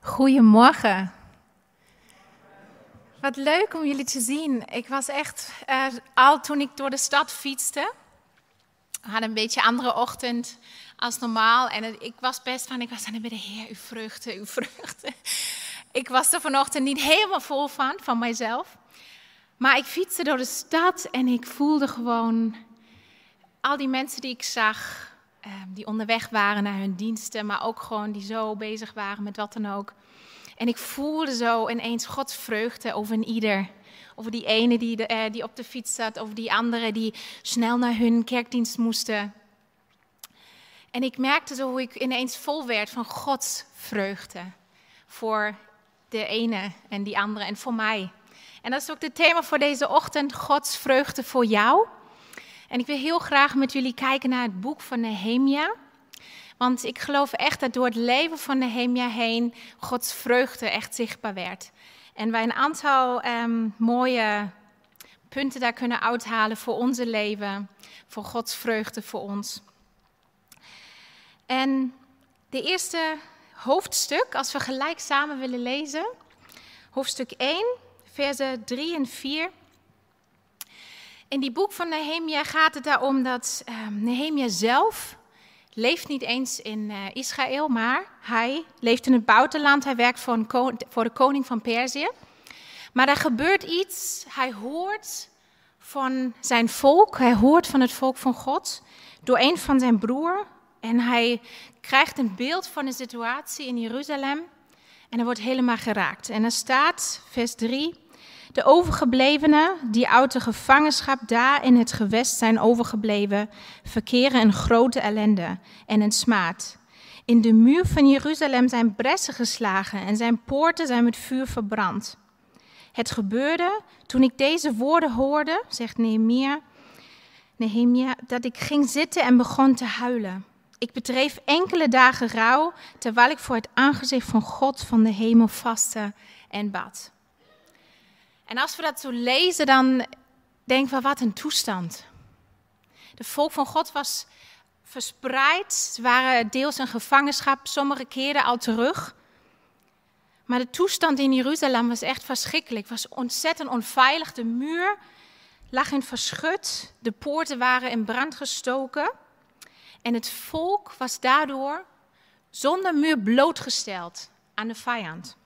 Goedemorgen. Wat leuk om jullie te zien. Ik was echt al toen ik door de stad fietste. We hadden een beetje een andere ochtend als normaal. En ik was aan de bidden, Heer, uw vruchten, uw vruchten. Ik was er vanochtend niet helemaal vol van mijzelf. Maar ik fietste door de stad en ik voelde gewoon al die mensen die ik zag, die onderweg waren naar hun diensten, maar ook gewoon die zo bezig waren met wat dan ook. En ik voelde zo ineens Gods vreugde over een ieder. Over die ene die op de fiets zat, over die andere die snel naar hun kerkdienst moesten. En ik merkte zo hoe ik ineens vol werd van Gods vreugde. Voor de ene en die andere en voor mij. En dat is ook het thema voor deze ochtend, Gods vreugde voor jou. En ik wil heel graag met jullie kijken naar het boek van Nehemia. Want ik geloof echt dat door het leven van Nehemia heen Gods vreugde echt zichtbaar werd. En wij een aantal mooie punten daar kunnen uithalen voor onze leven. Voor Gods vreugde voor ons. En de eerste hoofdstuk, als we gelijk samen willen lezen. Hoofdstuk 1, versen 3 en 4. In die boek van Nehemia gaat het daarom dat Nehemia zelf leeft niet eens in Israël, maar hij leeft in het buitenland. Hij werkt voor de koning van Perzië. Maar er gebeurt iets. Hij hoort van zijn volk. Hij hoort van het volk van God door een van zijn broer. En hij krijgt een beeld van de situatie in Jeruzalem. En hij wordt helemaal geraakt. En er staat, vers 3... De overgeblevenen die uit de gevangenschap daar in het gewest zijn overgebleven, verkeren in grote ellende en in smaad. In de muur van Jeruzalem zijn bressen geslagen en zijn poorten zijn met vuur verbrand. Het gebeurde toen ik deze woorden hoorde, zegt Nehemia, dat ik ging zitten en begon te huilen. Ik bedreef enkele dagen rouw, terwijl ik voor het aangezicht van God van de hemel vastte en bad. En als we dat zo lezen, dan denken we, wat een toestand. De volk van God was verspreid. Ze waren deels in gevangenschap, sommige keerden al terug. Maar de toestand in Jeruzalem was echt verschrikkelijk. Het was ontzettend onveilig. De muur lag in verschut. De poorten waren in brand gestoken. En het volk was daardoor zonder muur blootgesteld aan de vijand.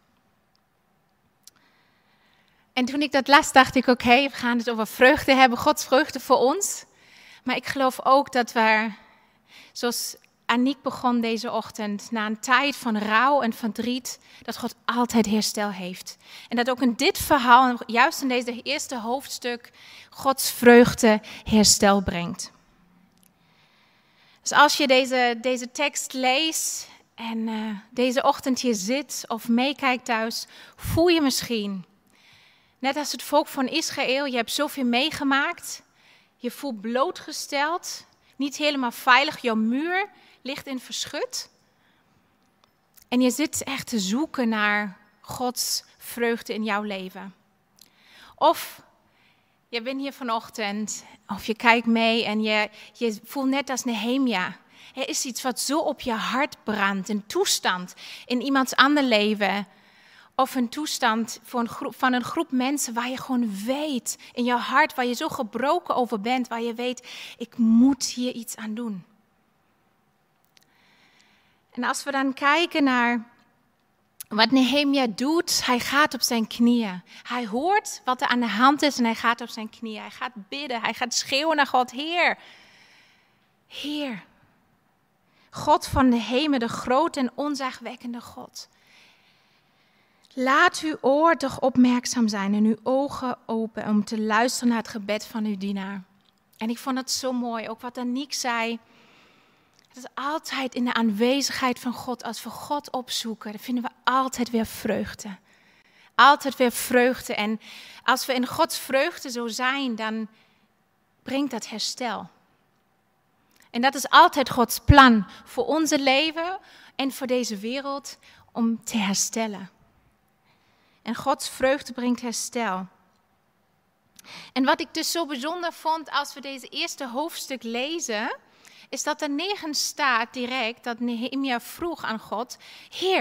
En toen ik dat las, dacht ik, oké, we gaan het over vreugde hebben, Gods vreugde voor ons. Maar ik geloof ook dat we, zoals Aniek begon deze ochtend, na een tijd van rouw en verdriet, dat God altijd herstel heeft. En dat ook in dit verhaal, juist in deze eerste hoofdstuk, Gods vreugde herstel brengt. Dus als je deze tekst leest en deze ochtend hier zit of meekijkt thuis, voel je misschien, net als het volk van Israël, je hebt zoveel meegemaakt. Je voelt blootgesteld, niet helemaal veilig. Jouw muur ligt in verschut. En je zit echt te zoeken naar Gods vreugde in jouw leven. Of je bent hier vanochtend, of je kijkt mee en je voelt net als Nehemia. Er is iets wat zo op je hart brandt, een toestand in iemands ander leven. Of een toestand van een groep mensen waar je gewoon weet, in jouw hart, waar je zo gebroken over bent, waar je weet, ik moet hier iets aan doen. En als we dan kijken naar wat Nehemia doet, hij gaat op zijn knieën. Hij hoort wat er aan de hand is en hij gaat op zijn knieën. Hij gaat bidden, hij gaat schreeuwen naar God, Heer, Heer, God van de hemel, de grote en onzagwekkende God. Laat uw oor toch opmerkzaam zijn en uw ogen open om te luisteren naar het gebed van uw dienaar. En ik vond het zo mooi, ook wat Aniek zei. Het is altijd in de aanwezigheid van God, als we God opzoeken, dan vinden we altijd weer vreugde. Altijd weer vreugde. En als we in Gods vreugde zo zijn, dan brengt dat herstel. En dat is altijd Gods plan voor onze leven en voor deze wereld om te herstellen. En Gods vreugde brengt herstel. En wat ik dus zo bijzonder vond als we deze eerste hoofdstuk lezen, is dat er nergens staat direct dat Nehemia vroeg aan God, Heer,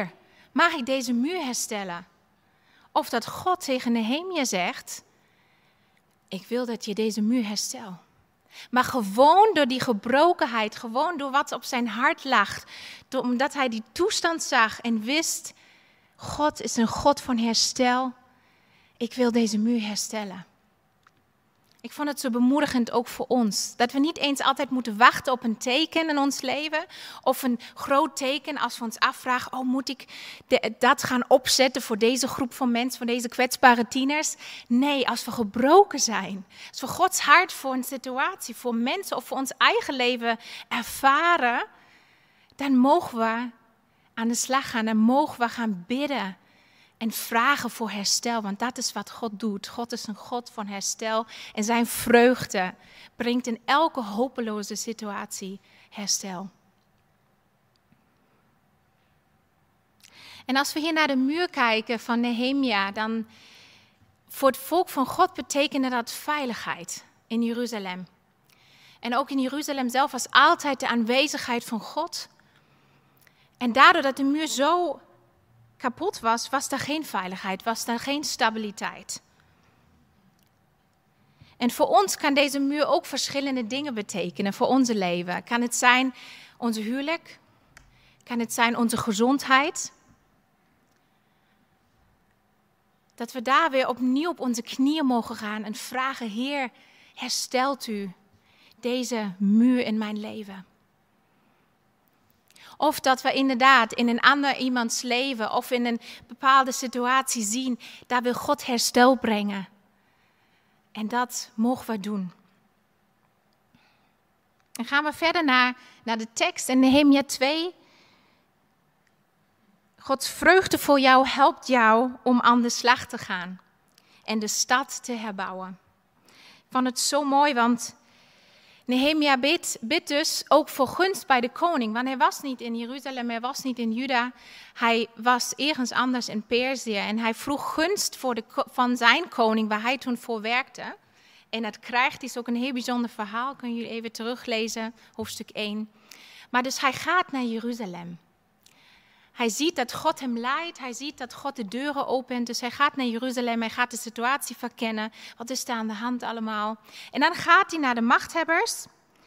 mag ik deze muur herstellen? Of dat God tegen Nehemia zegt, ik wil dat je deze muur herstelt. Maar gewoon door die gebrokenheid, gewoon door wat op zijn hart lag, omdat hij die toestand zag en wist, God is een God van herstel. Ik wil deze muur herstellen. Ik vond het zo bemoedigend ook voor ons. Dat we niet eens altijd moeten wachten op een teken in ons leven. Of een groot teken als we ons afvragen, moet ik dat gaan opzetten voor deze groep van mensen, voor deze kwetsbare tieners. Nee, als we gebroken zijn. Als we Gods hart voor een situatie, voor mensen of voor ons eigen leven ervaren. Dan mogen we aan de slag gaan. Dan mogen we gaan bidden. En vragen voor herstel, want dat is wat God doet. God is een God van herstel en zijn vreugde brengt in elke hopeloze situatie herstel. En als we hier naar de muur kijken van Nehemia, dan voor het volk van God betekende dat veiligheid in Jeruzalem. En ook in Jeruzalem zelf was altijd de aanwezigheid van God. En daardoor dat de muur zo kapot was, was daar geen veiligheid, was daar geen stabiliteit. En voor ons kan deze muur ook verschillende dingen betekenen voor onze leven. Kan het zijn onze huwelijk? Kan het zijn onze gezondheid? Dat we daar weer opnieuw op onze knieën mogen gaan en vragen, Heer, herstelt u deze muur in mijn leven? Of dat we inderdaad in een ander iemands leven of in een bepaalde situatie zien, daar wil God herstel brengen. En dat mogen we doen. Dan gaan we verder naar de tekst in Nehemia 2. Gods vreugde voor jou helpt jou om aan de slag te gaan en de stad te herbouwen. Ik vond het zo mooi, want Nehemia bidt dus ook voor gunst bij de koning, want hij was niet in Jeruzalem, hij was niet in Juda, hij was ergens anders in Perzië en hij vroeg gunst van zijn koning waar hij toen voor werkte. En dat krijgt, is ook een heel bijzonder verhaal, kun je even teruglezen, hoofdstuk 1. Maar dus hij gaat naar Jeruzalem. Hij ziet dat God hem leidt, hij ziet dat God de deuren opent, dus hij gaat naar Jeruzalem, hij gaat de situatie verkennen, wat is daar aan de hand allemaal. En dan gaat hij naar de machthebbers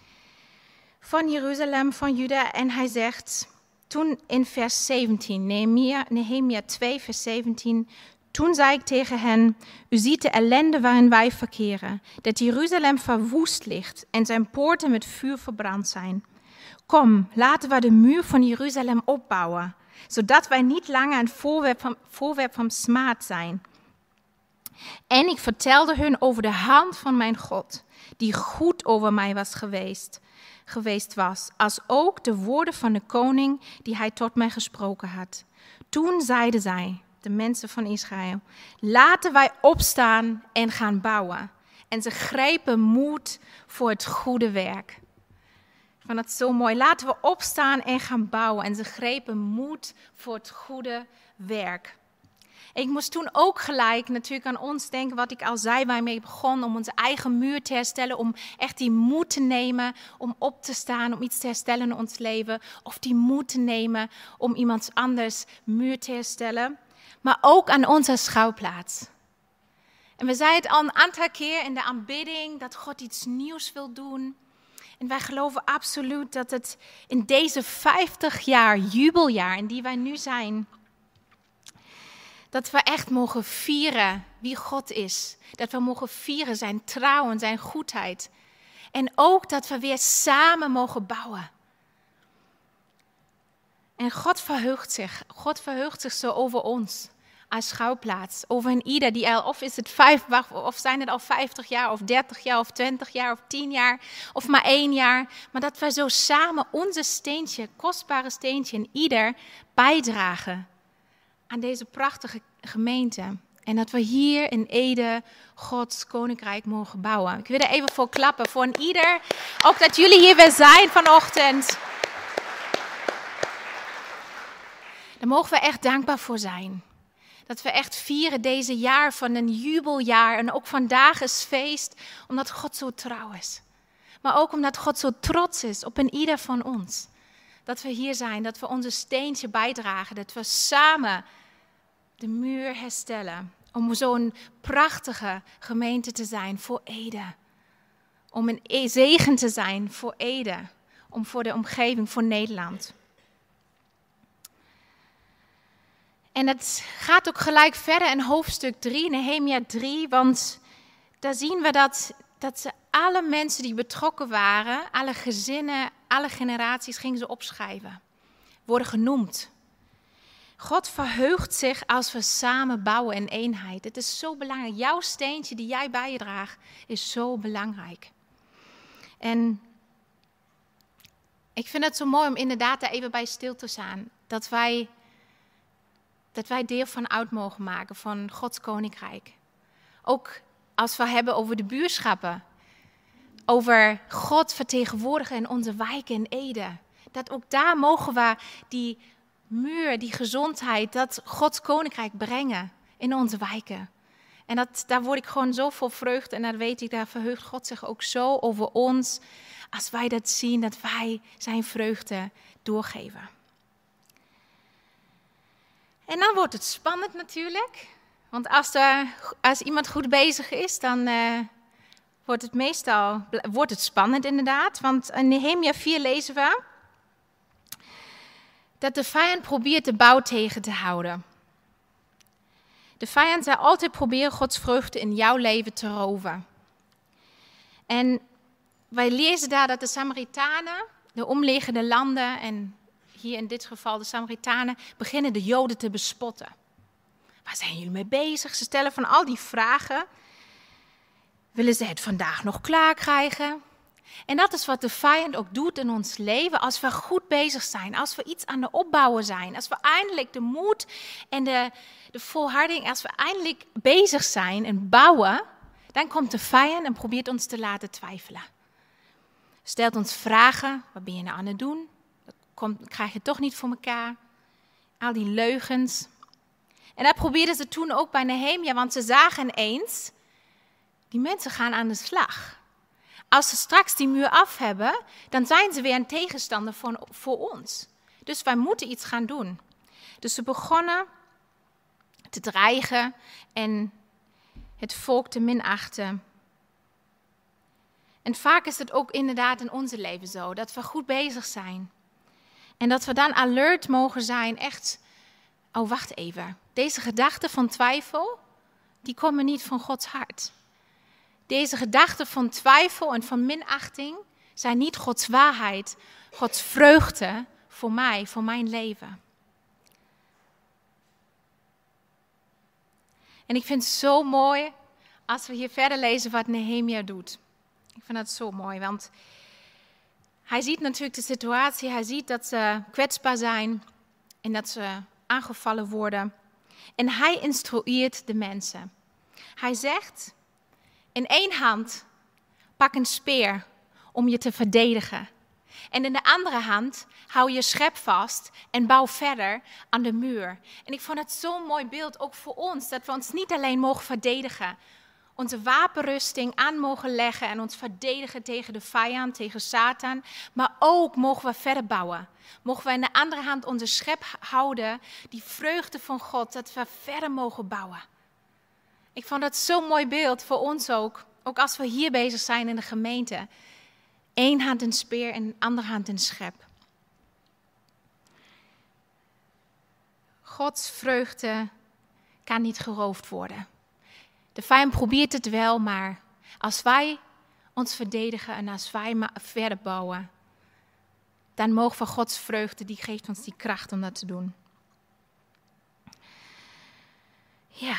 van Jeruzalem, van Juda, en hij zegt, toen in vers 17, Nehemia 2 vers 17, toen zei ik tegen hen, u ziet de ellende waarin wij verkeren, dat Jeruzalem verwoest ligt en zijn poorten met vuur verbrand zijn. Kom, laten we de muur van Jeruzalem opbouwen, zodat wij niet langer een voorwerp van smaad zijn. En ik vertelde hun over de hand van mijn God, die goed over mij was geweest was, als ook de woorden van de koning die hij tot mij gesproken had. Toen zeiden zij, de mensen van Israël, laten wij opstaan en gaan bouwen. En ze grepen moed voor het goede werk. Ik vond het zo mooi. Laten we opstaan en gaan bouwen. En ze grepen moed voor het goede werk. Ik moest toen ook gelijk natuurlijk aan ons denken, wat ik al zei, waarmee ik begon, om onze eigen muur te herstellen, om echt die moed te nemen, om op te staan, om iets te herstellen in ons leven. Of die moed te nemen om iemands anders muur te herstellen. Maar ook aan onze schouwplaats. En we zeiden het al een aantal keer in de aanbidding, dat God iets nieuws wil doen. En wij geloven absoluut dat het in deze 50 jaar, jubeljaar, in die wij nu zijn, dat we echt mogen vieren wie God is. Dat we mogen vieren zijn trouw en zijn goedheid. En ook dat we weer samen mogen bouwen. En God verheugt zich zo over ons als schouwplaats. Over een ieder die al, of zijn het al 50 jaar, of 30 jaar, of 20 jaar, of 10 jaar, of maar 1 jaar. Maar dat we zo samen onze steentje, kostbare steentje, in ieder bijdragen aan deze prachtige gemeente. En dat we hier in Ede Gods koninkrijk mogen bouwen. Ik wil er even voor klappen, voor een ieder. Ook dat jullie hier weer zijn vanochtend. Daar mogen we echt dankbaar voor zijn. Dat we echt vieren deze jaar van een jubeljaar. En ook vandaag is feest, omdat God zo trouw is. Maar ook omdat God zo trots is op een ieder van ons. dat we hier zijn, dat we onze steentje bijdragen, dat we samen de muur herstellen. Om zo'n prachtige gemeente te zijn voor Ede. Om een zegen te zijn voor Ede. Om voor de omgeving, voor Nederland. En het gaat ook gelijk verder in hoofdstuk 3, Nehemia 3. Want daar zien we dat ze alle mensen die betrokken waren, alle gezinnen, alle generaties, gingen ze opschrijven. Worden genoemd. God verheugt zich als we samen bouwen in eenheid. Het is zo belangrijk. Jouw steentje die jij bijdraagt is zo belangrijk. En ik vind het zo mooi om inderdaad daar even bij stil te staan. Dat wij deel van uit mogen maken van Gods koninkrijk. Ook als we hebben over de buurschappen. Over God vertegenwoordigen in onze wijken in Ede. Dat ook daar mogen we die muur, die gezondheid, dat Gods koninkrijk brengen in onze wijken. En daar word ik gewoon zo vol vreugde en dan weet ik, daar verheugt God zich ook zo over ons. Als wij dat zien, dat wij zijn vreugde doorgeven. En dan wordt het spannend natuurlijk. Want als iemand goed bezig is, dan wordt het spannend inderdaad. Want in Nehemia 4 lezen we dat de vijand probeert de bouw tegen te houden. De vijand zal altijd proberen Gods vreugde in jouw leven te roven. En wij lezen daar dat de Samaritanen, de omliggende landen en hier in dit geval de Samaritanen, beginnen de Joden te bespotten. Waar zijn jullie mee bezig? Ze stellen van al die vragen. Willen ze het vandaag nog klaar krijgen? En dat is wat de vijand ook doet in ons leven als we goed bezig zijn. Als we iets aan de opbouwen zijn. Als we eindelijk de moed en de volharding, als we eindelijk bezig zijn en bouwen, dan komt de vijand en probeert ons te laten twijfelen. Stelt ons vragen, wat ben je nou aan het doen? Dat krijg je toch niet voor elkaar. Al die leugens. En dat probeerden ze toen ook bij Nehemia, want ze zagen eens, die mensen gaan aan de slag. Als ze straks die muur af hebben, dan zijn ze weer een tegenstander voor ons. Dus wij moeten iets gaan doen. Dus ze begonnen te dreigen en het volk te minachten. En vaak is het ook inderdaad in onze leven zo, dat we goed bezig zijn. En dat we dan alert mogen zijn, echt, oh wacht even, deze gedachten van twijfel, die komen niet van Gods hart. Deze gedachten van twijfel en van minachting zijn niet Gods waarheid, Gods vreugde voor mij, voor mijn leven. En ik vind het zo mooi als we hier verder lezen wat Nehemia doet. Ik vind dat zo mooi, want hij ziet natuurlijk de situatie, hij ziet dat ze kwetsbaar zijn en dat ze aangevallen worden. En hij instrueert de mensen. Hij zegt, in één hand pak een speer om je te verdedigen. En in de andere hand hou je schep vast en bouw verder aan de muur. En ik vond het zo'n mooi beeld, ook voor ons, dat we ons niet alleen mogen verdedigen. Onze wapenrusting aan mogen leggen en ons verdedigen tegen de vijand, tegen Satan. Maar ook mogen we verder bouwen. Mogen we in de andere hand onze schep houden, die vreugde van God, dat we verder mogen bouwen. Ik vond dat zo'n mooi beeld voor ons ook. Ook als we hier bezig zijn in de gemeente. Eén hand een speer en de andere hand een schep. Gods vreugde kan niet geroofd worden. De vijand probeert het wel, maar als wij ons verdedigen en als wij maar verder bouwen, dan mogen we Gods vreugde, die geeft ons die kracht om dat te doen. Ja.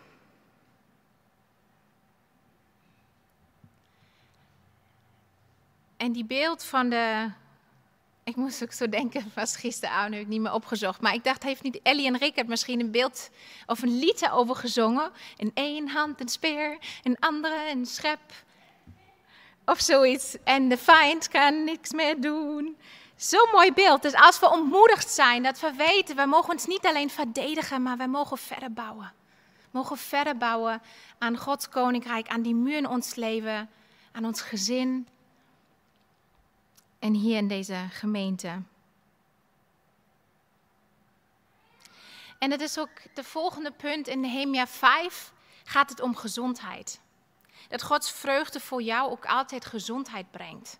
En die beeld van ik moest ook zo denken, was gisteravond, heb ik niet meer opgezocht. Maar ik dacht, heeft niet Ellie en Rickert misschien een beeld of een lied daarover gezongen? In één hand een speer, in andere een schep. Of zoiets. En de vijand kan niks meer doen. Zo'n mooi beeld. Dus als we ontmoedigd zijn, dat we weten, we mogen ons niet alleen verdedigen, maar we mogen verder bouwen. We mogen verder bouwen aan Gods koninkrijk, aan die muur in ons leven, aan ons gezin. En hier in deze gemeente. En het is ook de volgende punt in Nehemia 5, gaat het om gezondheid. Dat Gods vreugde voor jou ook altijd gezondheid brengt.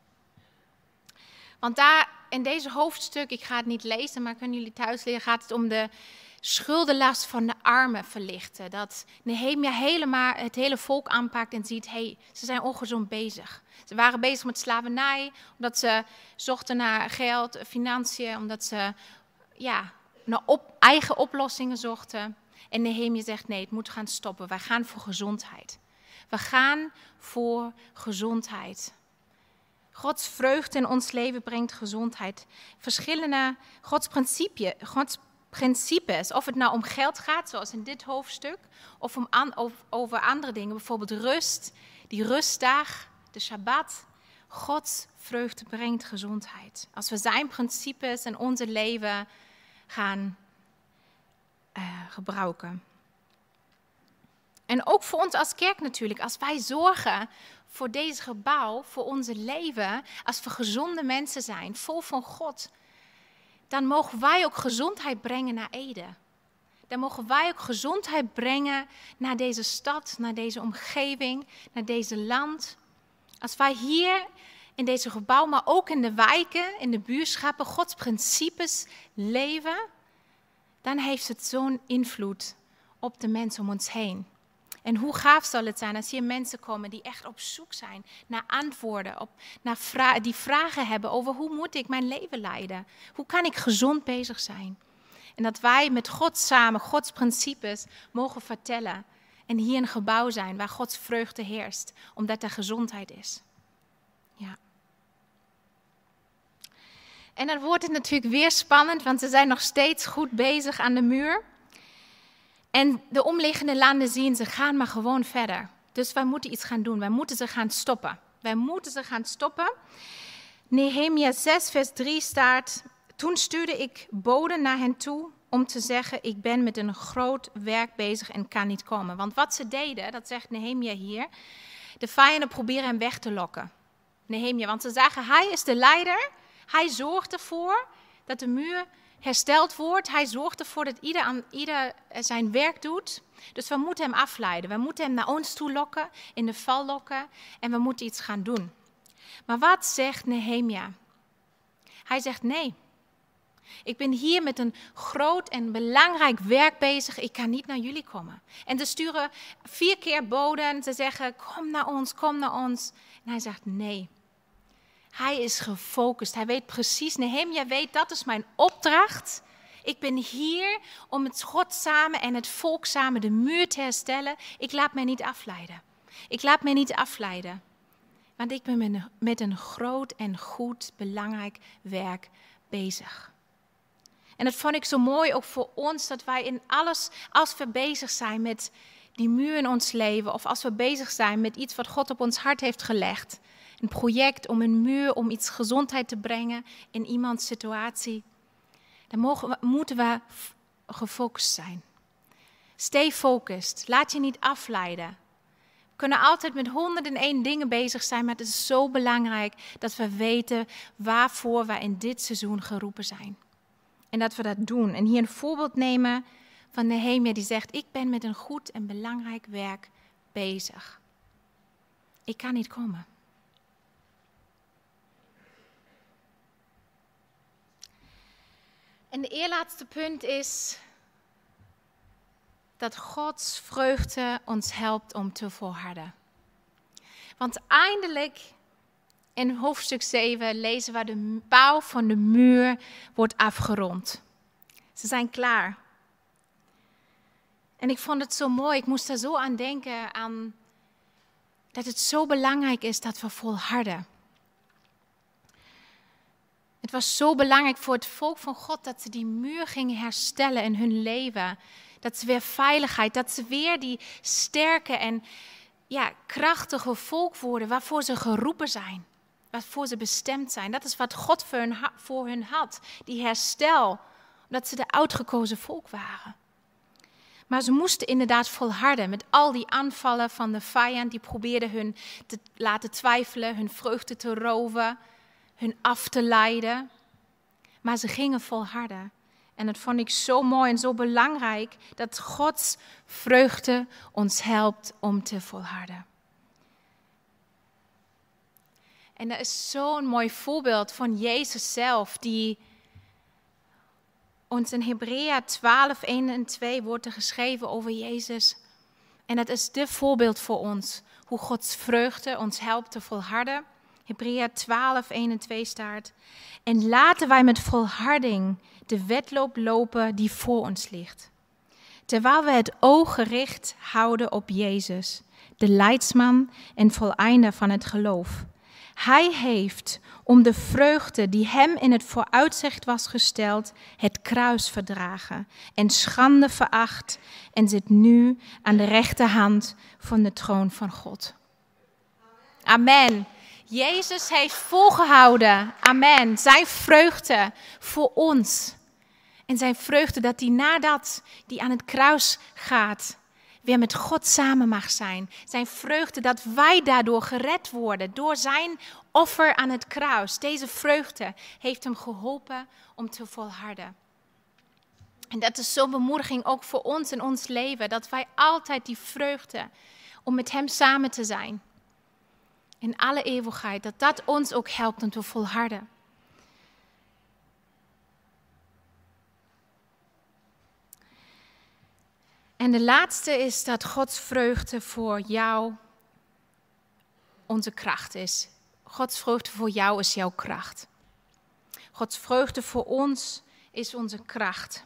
Want daar in deze hoofdstuk, ik ga het niet lezen, maar kunnen jullie thuis leren, gaat het om de schuldenlast van de armen verlichten. Dat Nehemia helemaal het hele volk aanpakt en ziet, ze zijn ongezond bezig. Ze waren bezig met slavernij, omdat ze zochten naar geld, financiën, omdat ze naar eigen oplossingen zochten. En Nehemia zegt, nee, het moet gaan stoppen. Wij gaan voor gezondheid. We gaan voor gezondheid. Gods vreugde in ons leven brengt gezondheid. Verschillende Gods principes, of het nou om geld gaat, zoals in dit hoofdstuk, of over andere dingen, bijvoorbeeld rust, die rustdag, de Shabbat. Gods vreugde brengt gezondheid. Als we zijn principes in onze leven gaan gebruiken. En ook voor ons als kerk natuurlijk, als wij zorgen voor deze gebouw, voor onze leven, als we gezonde mensen zijn, vol van God, dan mogen wij ook gezondheid brengen naar Ede. Dan mogen wij ook gezondheid brengen naar deze stad, naar deze omgeving, naar deze land. Als wij hier in deze gebouw, maar ook in de wijken, in de buurschappen, Gods principes leven, dan heeft het zo'n invloed op de mensen om ons heen. En hoe gaaf zal het zijn als hier mensen komen die echt op zoek zijn naar antwoorden, die vragen hebben over hoe moet ik mijn leven leiden? Hoe kan ik gezond bezig zijn? En dat wij met God samen Gods principes mogen vertellen. En hier een gebouw zijn waar Gods vreugde heerst, omdat er gezondheid is. Ja. En dan wordt het natuurlijk weer spannend, want ze zijn nog steeds goed bezig aan de muur. En de omliggende landen zien, ze gaan maar gewoon verder. Dus wij moeten iets gaan doen, wij moeten ze gaan stoppen. Wij moeten ze gaan stoppen. Nehemia 6 vers 3 staat, toen stuurde ik boden naar hen toe om te zeggen, ik ben met een groot werk bezig en kan niet komen. Want wat ze deden, dat zegt Nehemia hier, de vijanden proberen hem weg te lokken. Nehemia, want ze zagen, hij is de leider, hij zorgt ervoor dat de muur hersteld wordt. Hij zorgt ervoor dat ieder zijn werk doet. Dus we moeten hem afleiden. We moeten hem naar ons toe lokken, in de val lokken. En we moeten iets gaan doen. Maar wat zegt Nehemia? Hij zegt nee. Ik ben hier met een groot en belangrijk werk bezig. Ik kan niet naar jullie komen. En ze sturen 4 keer boden. Ze zeggen, kom naar ons, kom naar ons. En hij zegt nee. Hij is gefocust. Hij weet precies, Nehemia weet, dat is mijn opdracht. Ik ben hier om het God samen en het volk samen de muur te herstellen. Ik laat mij niet afleiden. Ik laat mij niet afleiden. Want ik ben met een groot en goed, belangrijk werk bezig. En dat vond ik zo mooi ook voor ons, dat wij in alles, als we bezig zijn met die muur in ons leven, of als we bezig zijn met iets wat God op ons hart heeft gelegd, een project om een muur, om iets gezondheid te brengen in iemands situatie, dan moeten we gefocust zijn. Stay focused. Laat je niet afleiden. We kunnen altijd met 101 dingen bezig zijn, maar het is zo belangrijk dat we weten waarvoor we in dit seizoen geroepen zijn. En dat we dat doen. En hier een voorbeeld nemen van Nehemia die zegt, ik ben met een goed en belangrijk werk bezig. Ik kan niet komen. En de eerlaatste punt is dat Gods vreugde ons helpt om te volharden. Want eindelijk in hoofdstuk 7 lezen we de bouw van de muur wordt afgerond. Ze zijn klaar. En ik vond het zo mooi, ik moest er zo aan denken, dat het zo belangrijk is dat we volharden. Het was zo belangrijk voor het volk van God dat ze die muur gingen herstellen in hun leven. Dat ze weer veiligheid, dat ze weer die sterke en krachtige volk worden waarvoor ze geroepen zijn. Waarvoor ze bestemd zijn. Dat is wat God voor hun had. Die herstel, omdat ze de uitgekozen volk waren. Maar ze moesten inderdaad volharden met al die aanvallen van de vijand. Die probeerden hun te laten twijfelen, hun vreugde te roven, hun af te leiden. Maar ze gingen volharden. En dat vond ik zo mooi en zo belangrijk, dat Gods vreugde ons helpt om te volharden. En dat is zo'n mooi voorbeeld van Jezus zelf, die ons in Hebreeën 12, 1 en 2 wordt er geschreven over Jezus. En dat is de voorbeeld voor ons, hoe Gods vreugde ons helpt te volharden. Hebreeën 12, 1 en 2 staat. En laten wij met volharding de wedloop lopen die voor ons ligt. Terwijl we het oog gericht houden op Jezus, de leidsman en voleinder van het geloof. Hij heeft, om de vreugde die hem in het vooruitzicht was gesteld, het kruis verdragen en schande veracht en zit nu aan de rechterhand van de troon van God. Amen. Jezus heeft volgehouden, amen, zijn vreugde voor ons. En zijn vreugde dat hij nadat hij aan het kruis gaat, weer met God samen mag zijn. Zijn vreugde dat wij daardoor gered worden, door zijn offer aan het kruis. Deze vreugde heeft hem geholpen om te volharden. En dat is zo'n bemoediging ook voor ons in ons leven, dat wij altijd die vreugde om met hem samen te zijn, in alle eeuwigheid, dat dat ons ook helpt om te volharden. En de laatste is dat Gods vreugde voor jou onze kracht is. Gods vreugde voor jou is jouw kracht. Gods vreugde voor ons is onze kracht.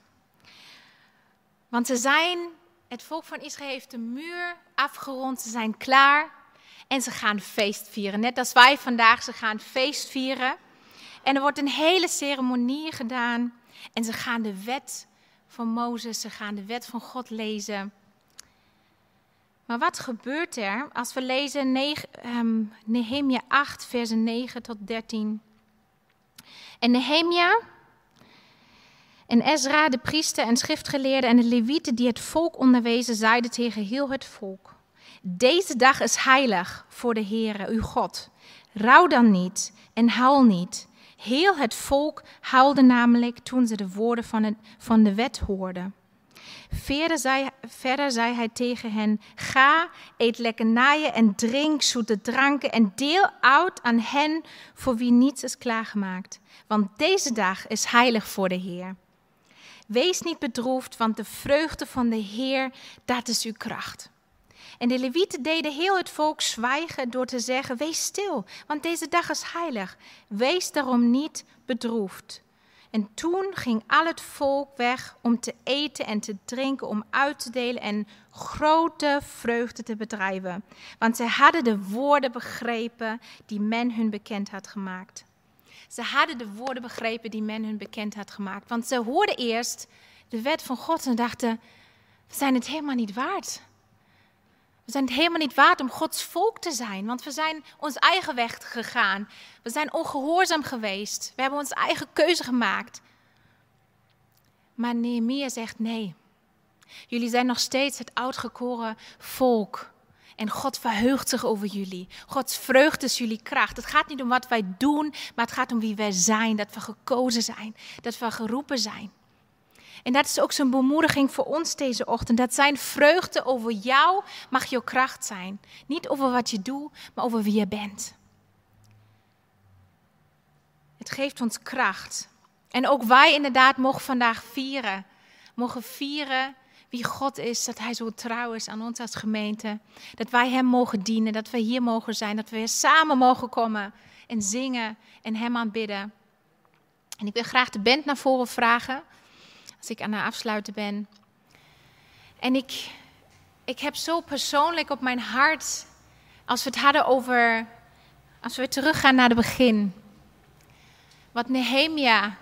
Want het volk van Israël heeft de muur afgerond, ze zijn klaar en ze gaan feest vieren. Net als wij vandaag, ze gaan feest vieren. En er wordt een hele ceremonie gedaan en ze gaan de wet van Mozes, ze gaan de wet van God lezen. Maar wat gebeurt er als we lezen Nehemia 8, versen 9 tot 13. En Nehemia en Ezra, de priester en schriftgeleerden en de levieten die het volk onderwezen, zeiden tegen heel het volk: Deze dag is heilig voor de Heere, uw God. Rouw dan niet en huil niet. Heel het volk huilde namelijk toen ze de woorden van de wet hoorden. Verder zei hij tegen hen: Ga, eet lekkernijen en drink zoete dranken en deel uit aan hen voor wie niets is klaargemaakt. Want deze dag is heilig voor de Heer. Wees niet bedroefd, want de vreugde van de Heer, dat is uw kracht. En de levieten deden heel het volk zwijgen door te zeggen: Wees stil, want deze dag is heilig. Wees daarom niet bedroefd. En toen ging al het volk weg om te eten en te drinken, om uit te delen en grote vreugde te bedrijven. Want zij hadden de woorden begrepen die men hun bekend had gemaakt. Ze hadden de woorden begrepen die men hun bekend had gemaakt. Want ze hoorden eerst de wet van God en dachten: we zijn het helemaal niet waard. We zijn het helemaal niet waard om Gods volk te zijn, want we zijn ons eigen weg gegaan. We zijn ongehoorzaam geweest. We hebben onze eigen keuze gemaakt. Maar Nehemia zegt: nee, jullie zijn nog steeds het uitgekoren volk. En God verheugt zich over jullie. Gods vreugde is jullie kracht. Het gaat niet om wat wij doen, maar het gaat om wie wij zijn. Dat we gekozen zijn, dat we geroepen zijn. En dat is ook zo'n bemoediging voor ons deze ochtend. Dat zijn vreugde over jou mag jouw kracht zijn. Niet over wat je doet, maar over wie je bent. Het geeft ons kracht. En ook wij inderdaad mogen vandaag vieren. Mogen vieren wie God is, dat hij zo trouw is aan ons als gemeente. Dat wij hem mogen dienen, dat we hier mogen zijn. Dat we weer samen mogen komen en zingen en hem aanbidden. En ik wil graag de band naar voren vragen, als ik aan het afsluiten ben. En ik heb zo persoonlijk op mijn hart, als we het hadden over, als we teruggaan naar het begin. Wat Nehemia,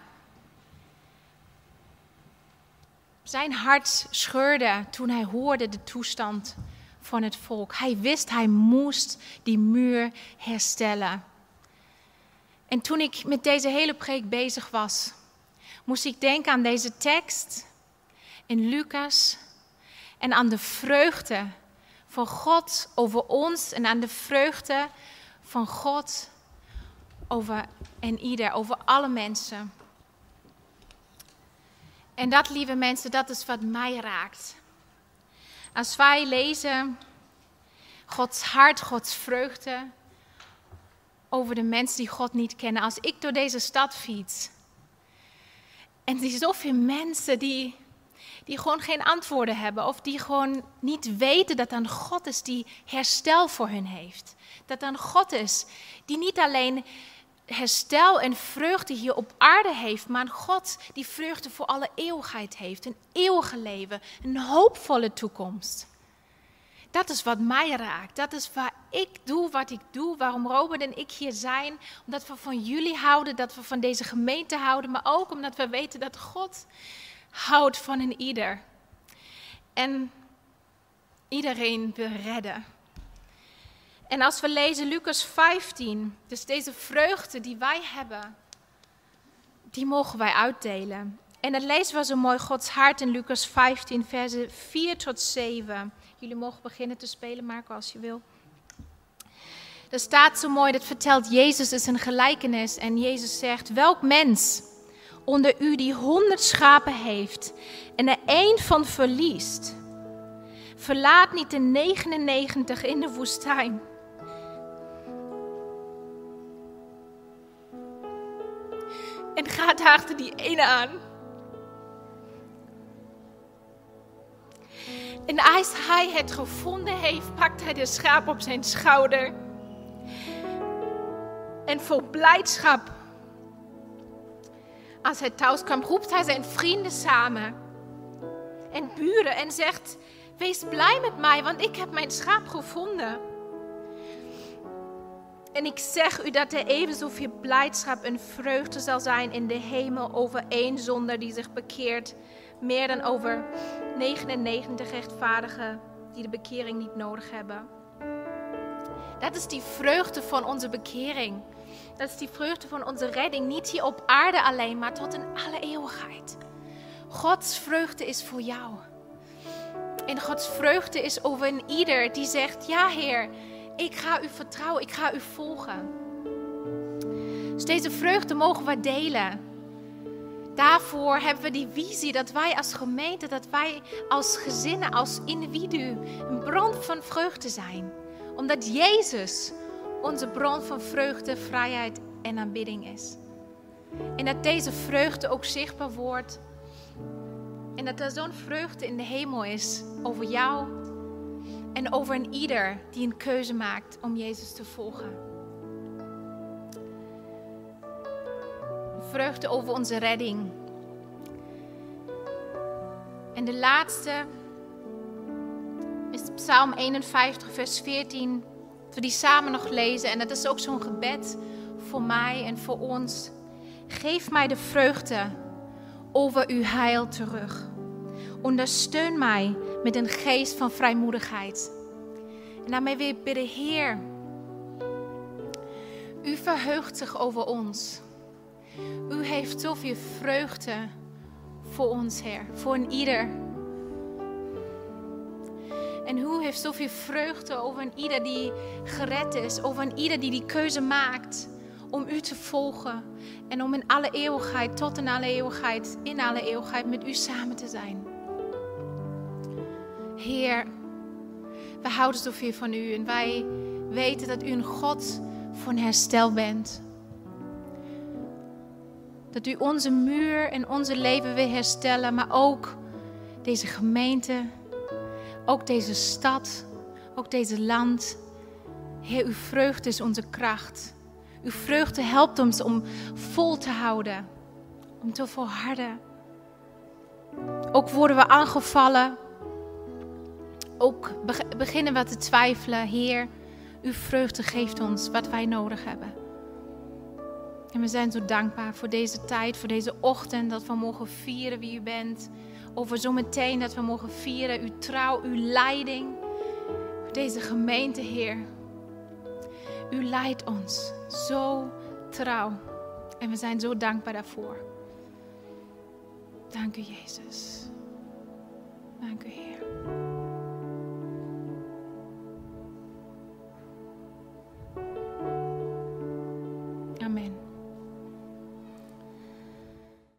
zijn hart scheurde toen hij hoorde de toestand van het volk. Hij wist, hij moest die muur herstellen. En toen ik met deze hele preek bezig was, moest ik denken aan deze tekst in Lucas en aan de vreugde van God over ons en aan de vreugde van God over en ieder, over alle mensen. En dat, lieve mensen, dat is wat mij raakt. Als wij lezen Gods hart, Gods vreugde over de mensen die God niet kennen. Als ik door deze stad fiets en er zijn zoveel mensen die gewoon geen antwoorden hebben. Of die gewoon niet weten dat er een God is die herstel voor hun heeft. Dat er een God is die niet alleen herstel en vreugde hier op aarde heeft. Maar een God die vreugde voor alle eeuwigheid heeft. Een eeuwige leven, een hoopvolle toekomst. Dat is wat mij raakt. Dat is waar ik doe wat ik doe. Waarom Robert en ik hier zijn. Omdat we van jullie houden. Dat we van deze gemeente houden. Maar ook omdat we weten dat God houdt van een ieder. En iedereen wil redden. En als we lezen Lucas 15. Dus deze vreugde die wij hebben. Die mogen wij uitdelen. En dat lezen we zo mooi Gods hart in Lucas 15 versen 4 tot 7. Jullie mogen beginnen te spelen, Marco, als je wil. Er staat zo mooi, dat vertelt Jezus is een gelijkenis. En Jezus zegt, welk mens onder u die 100 schapen heeft en er 1 van verliest, verlaat niet de 99 in de woestijn. En gaat achter die ene aan. En als hij het gevonden heeft, pakt hij de schaap op zijn schouder. En vol blijdschap, als hij thuis kwam, roept hij zijn vrienden samen. En buren en zegt, wees blij met mij, want ik heb mijn schaap gevonden. En ik zeg u dat er even zoveel blijdschap en vreugde zal zijn in de hemel over 1 zondaar die zich bekeert. Meer dan over 99 rechtvaardigen die de bekering niet nodig hebben. Dat is die vreugde van onze bekering. Dat is die vreugde van onze redding. Niet hier op aarde alleen, maar tot in alle eeuwigheid. Gods vreugde is voor jou. En Gods vreugde is over een ieder die zegt, ja Heer, ik ga u vertrouwen, ik ga u volgen. Dus deze vreugde mogen we delen. Daarvoor hebben we die visie dat wij als gemeente, dat wij als gezinnen, als individu een bron van vreugde zijn. Omdat Jezus onze bron van vreugde, vrijheid en aanbidding is. En dat deze vreugde ook zichtbaar wordt. En dat er zo'n vreugde in de hemel is over jou en over een ieder die een keuze maakt om Jezus te volgen. Vreugde over onze redding. En de laatste is Psalm 51, vers 14. Dat we die samen nog lezen. En dat is ook zo'n gebed voor mij en voor ons. Geef mij de vreugde over uw heil terug. Ondersteun mij met een geest van vrijmoedigheid. En daarmee wil ik bidden, Heer, u verheugt zich over ons. U heeft zoveel vreugde voor ons, Heer, voor een ieder. En u heeft zoveel vreugde over een ieder die gered is, over een ieder die die keuze maakt om u te volgen. En om in alle eeuwigheid, tot in alle eeuwigheid, in alle eeuwigheid met u samen te zijn. Heer, we houden zoveel van u en wij weten dat u een God van herstel bent. Dat u onze muur en onze leven wil herstellen, maar ook deze gemeente, ook deze stad, ook deze land. Heer, uw vreugde is onze kracht. Uw vreugde helpt ons om vol te houden, om te volharden. Ook worden we aangevallen, ook beginnen we te twijfelen. Heer, uw vreugde geeft ons wat wij nodig hebben. En we zijn zo dankbaar voor deze tijd, voor deze ochtend, dat we mogen vieren wie u bent. Over zometeen dat we mogen vieren uw trouw, uw leiding. Voor deze gemeente, Heer. U leidt ons zo trouw. En we zijn zo dankbaar daarvoor. Dank u, Jezus. Dank u, Heer.